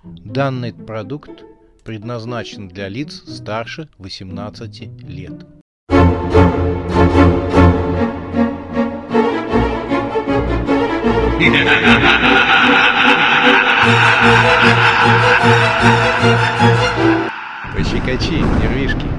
Данный продукт предназначен для лиц старше 18 лет. Пощекочи, нервишки.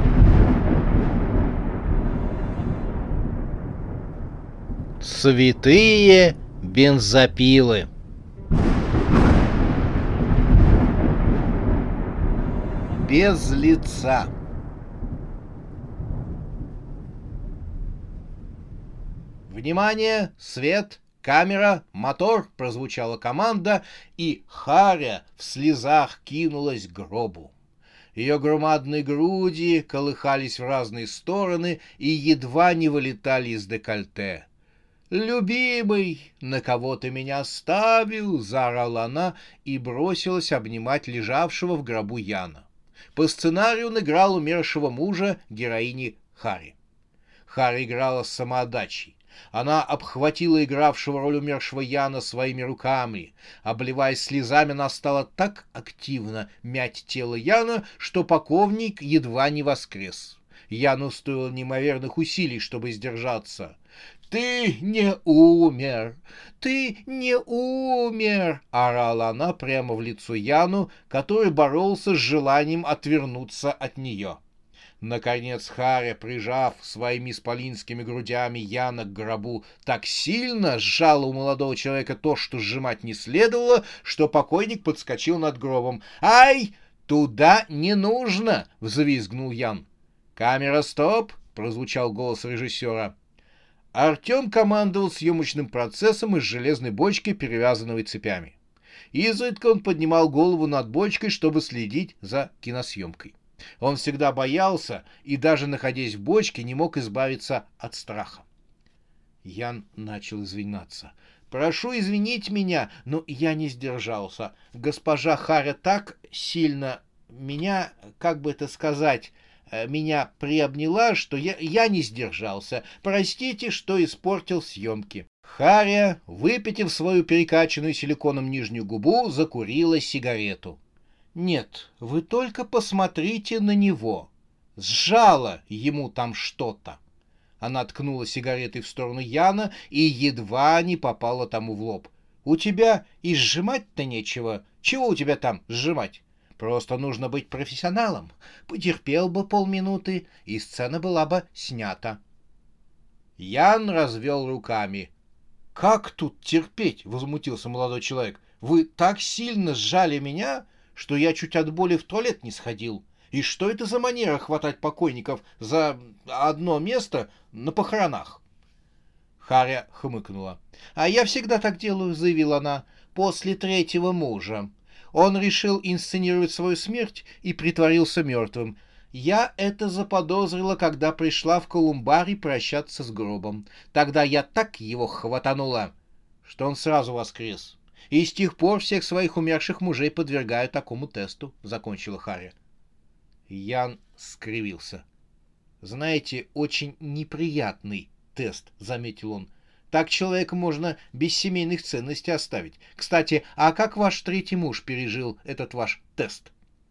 Святые бензопилы. Без лица. Внимание, свет, камера, мотор, прозвучала команда, и Харя в слезах кинулась к гробу. Ее громадные груди колыхались в разные стороны и едва не вылетали из декольте. «Любимый, на кого ты меня оставил?» — заорала она и бросилась обнимать лежавшего в гробу Яна. По сценарию он играл умершего мужа героини Хари. Хари играла с самоотдачей. Она обхватила игравшего роль умершего Яна своими руками. Обливаясь слезами, она стала так активно мять тело Яна, что покойник едва не воскрес. Яну стоило неимоверных усилий, чтобы сдержаться. «Ты не умер! Ты не умер!» — орала она прямо в лицо Яну, который боролся с желанием отвернуться от нее. Наконец Харя, прижав своими исполинскими грудями Яна к гробу, так сильно сжала у молодого человека то, что сжимать не следовало, что покойник подскочил над гробом. «Ай, туда не нужно!» — взвизгнул Ян. «Камера, стоп!» — прозвучал голос режиссера. Артем командовал съемочным процессом из железной бочки, перевязанной цепями. Изредка он поднимал голову над бочкой, чтобы следить за киносъемкой. Он всегда боялся и даже находясь в бочке не мог избавиться от страха. Ян начал извиняться. «Прошу извинить меня, но я не сдержался. Госпожа Харя так сильно меня, как бы это сказать, меня приобняла, что я не сдержался. Простите, что испортил съемки». Харя, выпитив свою перекачанную силиконом нижнюю губу, закурила сигарету. «Нет, вы только посмотрите на него. Сжало ему там что-то». Она ткнула сигаретой в сторону Яна и едва не попала тому в лоб. «У тебя и сжимать-то нечего. Чего у тебя там сжимать? Просто нужно быть профессионалом. Потерпел бы полминуты, и сцена была бы снята». Ян развел руками. «Как тут терпеть?» — возмутился молодой человек. «Вы так сильно сжали меня, что я чуть от боли в туалет не сходил. И что это за манера хватать покойников за одно место на похоронах?» Харя хмыкнула. «А я всегда так делаю», — заявила она, — «после третьего мужа. Он решил инсценировать свою смерть и притворился мертвым. Я это заподозрила, когда пришла в колумбарий прощаться с гробом. Тогда я так его хватанула, что он сразу воскрес. И с тех пор всех своих умерших мужей подвергаю такому тесту», — закончила Харя. Ян скривился. «Знаете, очень неприятный тест», — заметил он. «Так человека можно без семейных ценностей оставить. Кстати, а как ваш третий муж пережил этот ваш тест?»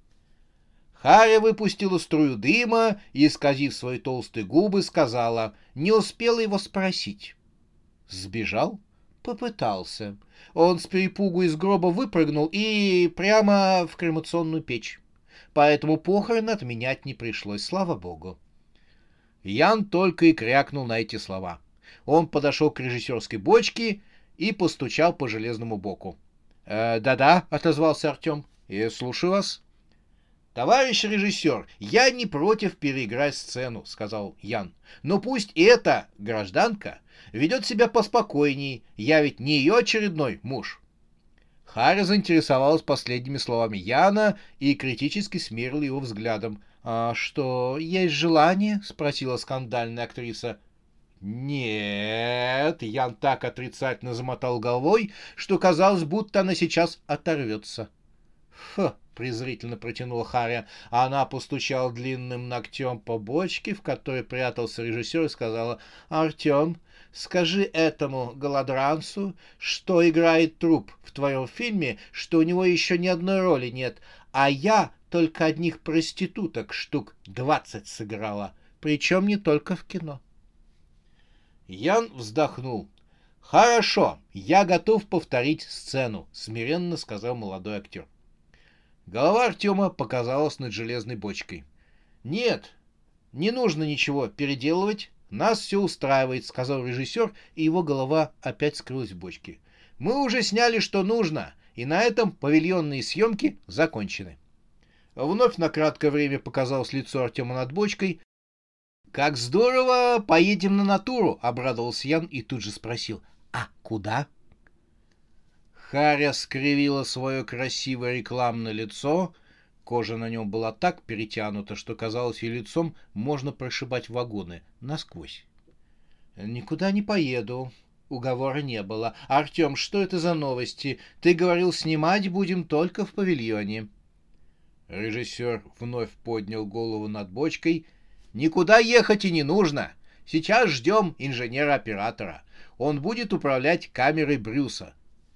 Харя выпустила струю дыма и, исказив свои толстые губы, сказала: «Не успела его спросить». «Сбежал?» «Попытался. Он с перепугу из гроба выпрыгнул и прямо в кремационную печь. Поэтому похороны отменять не пришлось, слава богу». Ян только и крякнул на эти слова. Он подошел к режиссерской бочке и постучал по железному боку. «Да-да», — отозвался Артем. «Я слушаю вас». «Товарищ режиссер, я не против переиграть сцену», — сказал Ян. «Но пусть эта гражданка ведет себя поспокойней. Я ведь не ее очередной муж». Харя заинтересовалась последними словами Яна и критически смерила его взглядом. «А что, есть желание?» — спросила скандальная актриса. «Нет», — Ян так отрицательно замотал головой, что казалось, будто она сейчас оторвется. Фу, презрительно протянула Харя, а она постучала длинным ногтем по бочке, в которой прятался режиссер, и сказала: «Артем, скажи этому голодранцу, что играет труп в твоем фильме, что у него еще ни одной роли нет, а я только одних проституток штук 20 сыграла, причем не только в кино». Ян вздохнул. «Хорошо, я готов повторить сцену», — смиренно сказал молодой актер. Голова Артема показалась над железной бочкой. «Нет, не нужно ничего переделывать, нас все устраивает», — сказал режиссер, и его голова опять скрылась в бочке. «Мы уже сняли, что нужно, и на этом павильонные съемки закончены». Вновь на краткое время показалось лицо Артема над бочкой. «Как здорово! Поедем на натуру!» — обрадовался Ян и тут же спросил: «А куда?» Харя скривила свое красивое рекламное лицо. Кожа на нем была так перетянута, что казалось, и лицом можно прошибать вагоны насквозь. «Никуда не поеду. Уговора не было. Артем, что это за новости? Ты говорил, снимать будем только в павильоне». Режиссер вновь поднял голову над бочкой. «Никуда ехать и не нужно. Сейчас ждем инженера-оператора. Он будет управлять камерой Брюса».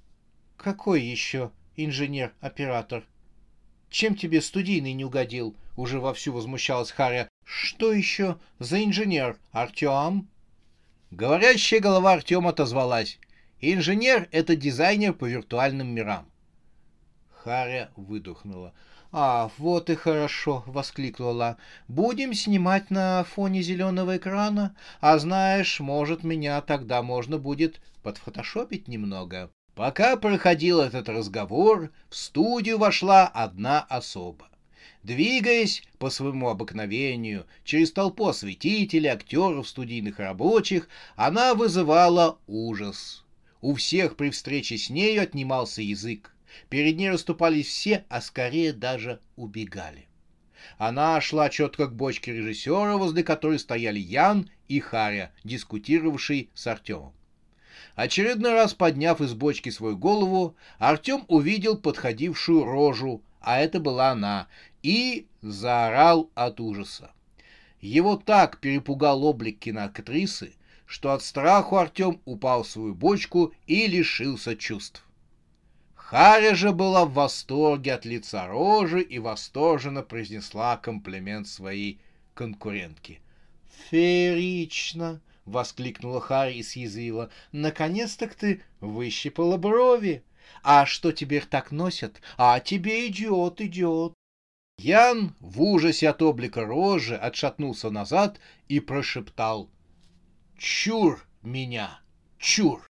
«Какой еще инженер-оператор? Чем тебе студийный не угодил?» — уже вовсю возмущалась Харя. «Что еще за инженер, Артем?» Говорящая голова Артема отозвалась: «Инженер — это дизайнер по виртуальным мирам». Харя выдохнула. «А, вот и хорошо!» — воскликнула. «Будем снимать на фоне зеленого экрана, а знаешь, может, меня тогда можно будет подфотошопить немного». Пока проходил этот разговор, в студию вошла одна особа. Двигаясь по своему обыкновению через толпу осветителей, актеров, студийных рабочих, она вызывала ужас. У всех при встрече с нею отнимался язык. Перед ней расступались все, а скорее даже убегали. Она шла четко к бочке режиссера, возле которой стояли Ян и Харя, дискутировавший с Артемом. Очередной раз подняв из бочки свою голову, Артем увидел подходившую рожу, а это была она, и заорал от ужаса. Его так перепугал облик киноактрисы, что от страху Артем упал в свою бочку и лишился чувств. Харя же была в восторге от лица рожи и восторженно произнесла комплимент своей конкурентке. «Феерично!» — воскликнула Харя и съязвила. «Наконец-то ты выщипала брови! А что теперь так носят? А тебе идет, идет!» Ян в ужасе от облика рожи отшатнулся назад и прошептал: «Чур меня! Чур!»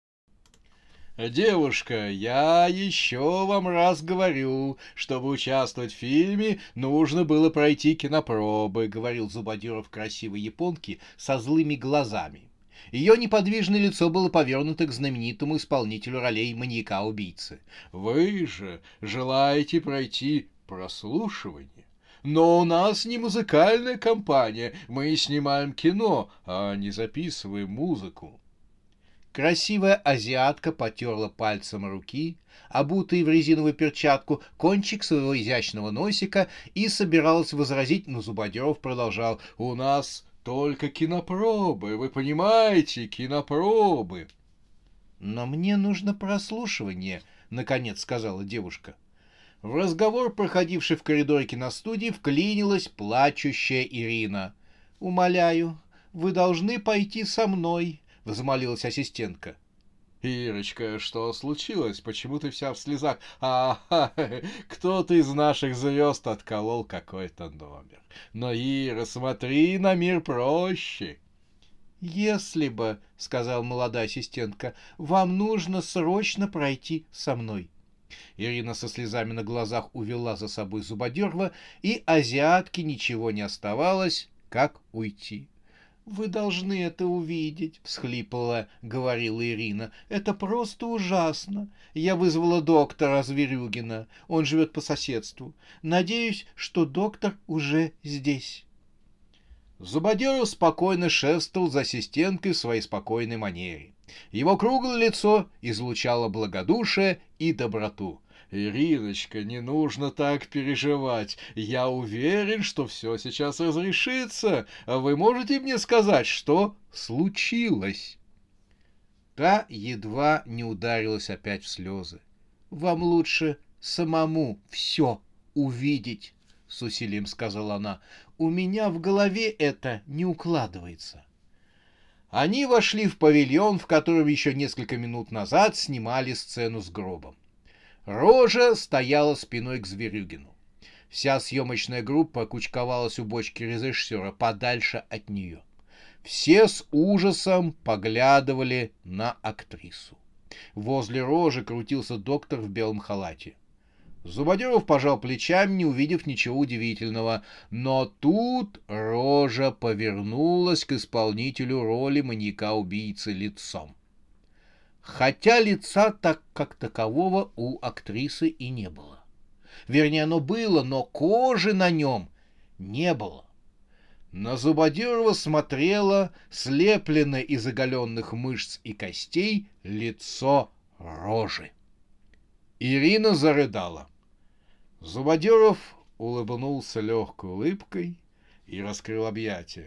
«Девушка, я еще вам раз говорю, чтобы участвовать в фильме, нужно было пройти кинопробы», — говорил Зубодеров красивой японке со злыми глазами. Ее неподвижное лицо было повернуто к знаменитому исполнителю ролей маньяка-убийцы. «Вы же желаете пройти прослушивание? Но у нас не музыкальная компания, мы снимаем кино, а не записываем музыку». Красивая азиатка потерла пальцем руки, обутые в резиновую перчатку, кончик своего изящного носика и собиралась возразить, но Зубодеров продолжал: «У нас только кинопробы, вы понимаете, кинопробы». «Но мне нужно прослушивание», — наконец сказала девушка. В разговор, проходивший в коридоре киностудии, вклинилась плачущая Ирина. «Умоляю, вы должны пойти со мной», — взмолилась ассистентка. «Ирочка, что случилось? Почему ты вся в слезах? Кто-то из наших звезд отколол какой-то номер. Но, Ира, смотри на мир проще». «Если бы, — сказала молодая ассистентка, — вам нужно срочно пройти со мной». Ирина со слезами на глазах увела за собой Зубодерова, и азиатке ничего не оставалось, как уйти. «Вы должны это увидеть», — всхлипывала, говорила Ирина. «Это просто ужасно. Я вызвала доктора Зверюгина. Он живет по соседству. Надеюсь, что доктор уже здесь». Зубодеров спокойно шествовал за ассистенткой в своей спокойной манере. Его круглое лицо излучало благодушие и доброту. «Ириночка, не нужно так переживать. Я уверен, что все сейчас разрешится. А вы можете мне сказать, что случилось?» Та едва не ударилась опять в слезы. «Вам лучше самому все увидеть», — с усилием сказала она. «У меня в голове это не укладывается». Они вошли в павильон, в котором еще несколько минут назад снимали сцену с гробом. Рожа стояла спиной к Зверюгину. Вся съемочная группа кучковалась у бочки режиссера подальше от нее. Все с ужасом поглядывали на актрису. Возле Рожи крутился доктор в белом халате. Зубодеров пожал плечами, не увидев ничего удивительного, но тут Рожа повернулась к исполнителю роли маньяка-убийцы лицом. Хотя лица так как такового у актрисы и не было. Вернее, оно было, но кожи на нем не было. На Зубодерова смотрело слепленное из оголенных мышц и костей лицо Рожи. Ирина зарыдала. Зубодеров улыбнулся легкой улыбкой и раскрыл объятия.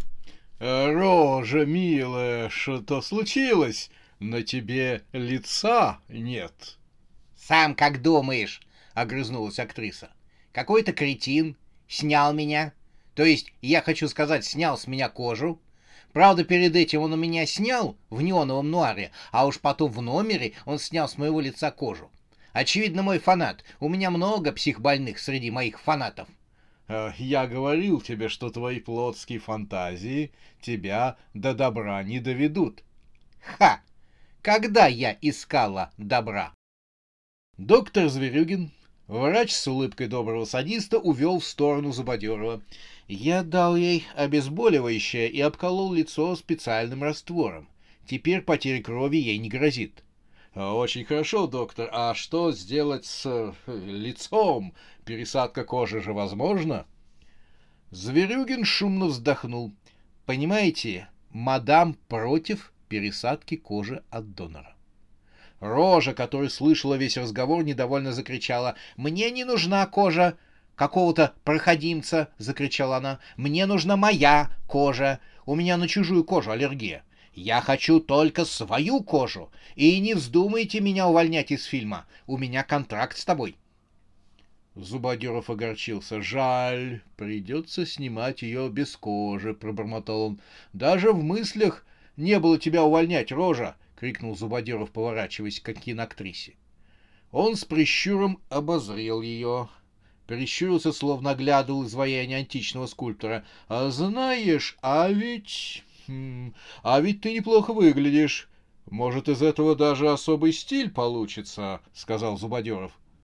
«Рожа, милая, что случилось? На тебе лица нет». «Сам как думаешь?» — огрызнулась актриса. «Какой-то кретин снял меня. То есть, я хочу сказать, снял с меня кожу. Правда, перед этим он у меня снял в неоновом нуаре, а уж потом в номере он снял с моего лица кожу. Очевидно, мой фанат. У меня много психбольных среди моих фанатов». «Я говорил тебе, что твои плотские фантазии тебя до добра не доведут». «Ха! Когда я искала добра?» Доктор Зверюгин, врач с улыбкой доброго садиста, увел в сторону Зубодерова. «Я дал ей обезболивающее и обколол лицо специальным раствором. Теперь потери крови ей не грозит». «Очень хорошо, доктор. А что сделать с лицом? Пересадка кожи же возможна?» Зверюгин шумно вздохнул. «Понимаете, мадам против пересадки кожи от донора». Рожа, которая слышала весь разговор, недовольно закричала. «Мне не нужна кожа какого-то проходимца!» — закричала она. «Мне нужна моя кожа! У меня на чужую кожу аллергия! Я хочу только свою кожу! И не вздумайте меня увольнять из фильма! У меня контракт с тобой!» Зубодеров огорчился. «Жаль, придется снимать ее без кожи», — пробормотал он. «Даже в мыслях не было тебя увольнять, Рожа!» — крикнул Зубодеров, поворачиваясь к киноактрисе. Он с прищуром обозрел ее. Прищурился, словно оглядывал изваяние античного скульптора. «Знаешь, а ведь ты неплохо выглядишь. Может, из этого даже особый стиль получится», — сказал Зубодеров.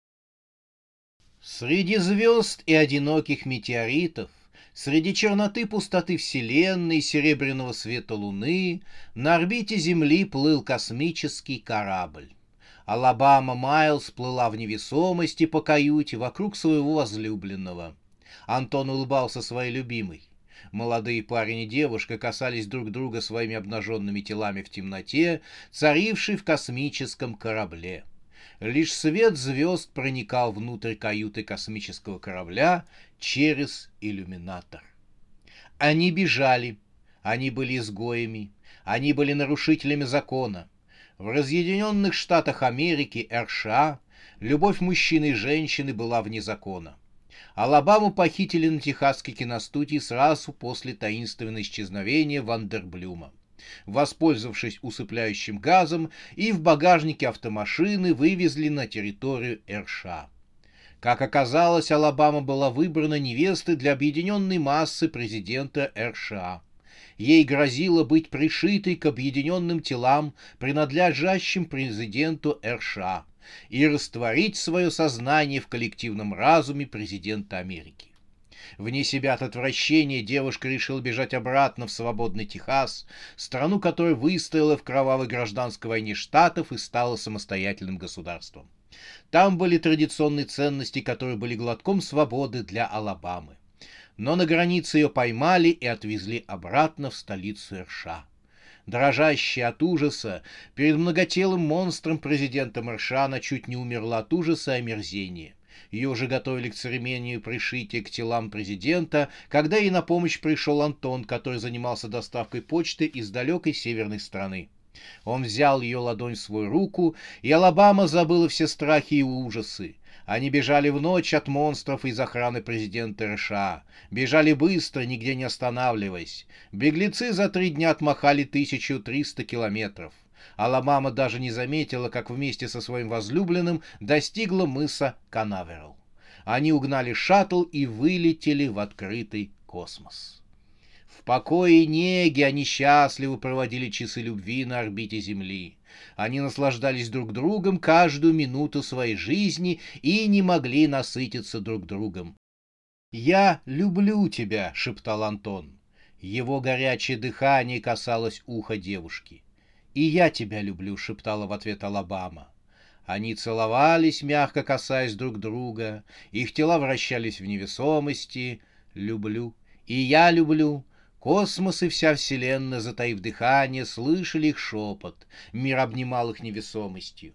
Среди звезд и одиноких метеоритов, среди черноты пустоты Вселенной и серебряного света Луны на орбите Земли плыл космический корабль. Алабама Майлз плыла в невесомости по каюте вокруг своего возлюбленного. Антон улыбался своей любимой. Молодые парень и девушка касались друг друга своими обнаженными телами в темноте, царившей в космическом корабле. Лишь свет звезд проникал внутрь каюты космического корабля через иллюминатор. Они бежали, они были изгоями, они были нарушителями закона. В Разъединенных Штатах Америки, РША, любовь мужчины и женщины была вне закона. Алабаму похитили на техасской киностудии сразу после таинственного исчезновения Вандерблюма. Воспользовавшись усыпляющим газом, и в багажнике автомашины вывезли на территорию РША. Как оказалось, Алабама была выбрана невестой для объединенной массы президента РША. Ей грозило быть пришитой к объединенным телам, принадлежащим президенту РША, и растворить свое сознание в коллективном разуме президента Америки. Вне себя от отвращения девушка решила бежать обратно в свободный Техас, страну, которая выстояла в кровавой гражданской войне штатов и стала самостоятельным государством. Там были традиционные ценности, которые были глотком свободы для Алабамы. Но на границе ее поймали и отвезли обратно в столицу РША. Дрожащая от ужаса, перед многотелым монстром президента Маршана чуть не умерла от ужаса и омерзения. Ее уже готовили к церемонии пришития к телам президента, когда ей на помощь пришел Антон, который занимался доставкой почты из далекой северной страны. Он взял ее ладонь в свою руку, и Алабама забыла все страхи и ужасы. Они бежали в ночь от монстров из охраны президента США. Бежали быстро, нигде не останавливаясь. Беглецы за 3 дня отмахали 1300 километров. Алабама даже не заметила, как вместе со своим возлюбленным достигла мыса Канаверал. Они угнали шаттл и вылетели в открытый космос. В покое и неге они счастливо проводили часы любви на орбите Земли. Они наслаждались друг другом каждую минуту своей жизни и не могли насытиться друг другом. «Я люблю тебя», — шептал Антон. Его горячее дыхание касалось уха девушки. «И я тебя люблю», — шептала в ответ Алабама. Они целовались, мягко касаясь друг друга. Их тела вращались в невесомости. «Люблю. И я люблю». Космос и вся Вселенная, затаив дыхание, слышали их шепот. Мир обнимал их невесомостью.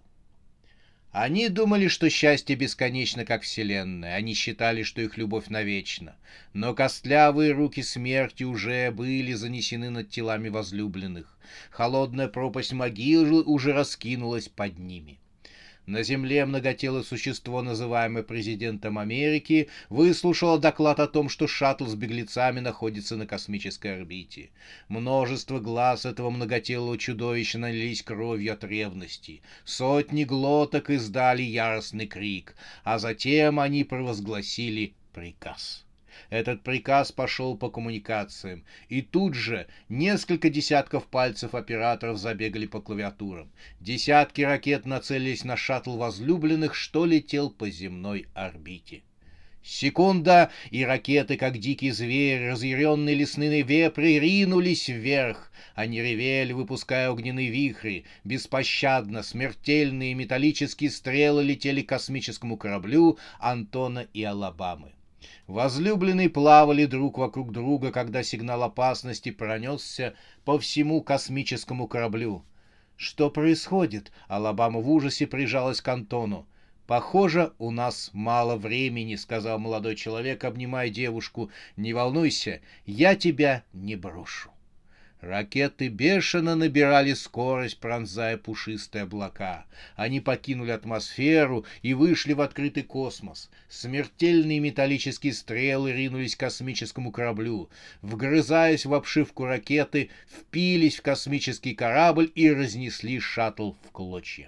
Они думали, что счастье бесконечно, как Вселенная. Они считали, что их любовь навечна. Но костлявые руки смерти уже были занесены над телами возлюбленных. Холодная пропасть могилы уже раскинулась под ними. На Земле многотелое существо, называемое президентом Америки, выслушало доклад о том, что шаттл с беглецами находится на космической орбите. Множество глаз этого многотелого чудовища налились кровью от ревности. Сотни глоток издали яростный крик, а затем они провозгласили приказ. Этот приказ пошел по коммуникациям, и тут же несколько десятков пальцев операторов забегали по клавиатурам. Десятки ракет нацелились на шаттл возлюбленных, что летел по земной орбите. Секунда, и ракеты, как дикие звери, разъяренные лесные вепри, ринулись вверх. Они ревели, выпуская огненные вихри. Беспощадно, смертельные металлические стрелы летели к космическому кораблю Антона и Алабамы. Возлюбленные плавали друг вокруг друга, когда сигнал опасности пронесся по всему космическому кораблю. «Что происходит?» — Алабама в ужасе прижалась к Антону. «Похоже, у нас мало времени», — сказал молодой человек, обнимая девушку. «Не волнуйся, я тебя не брошу». Ракеты бешено набирали скорость, пронзая пушистые облака. Они покинули атмосферу и вышли в открытый космос. Смертельные металлические стрелы ринулись к космическому кораблю. Вгрызаясь в обшивку ракеты, впились в космический корабль и разнесли шаттл в клочья.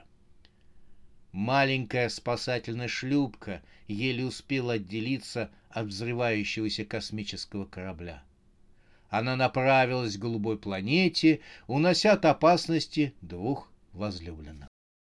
Маленькая спасательная шлюпка еле успела отделиться от взрывающегося космического корабля. Она направилась к голубой планете, унося от опасности 2 возлюбленных.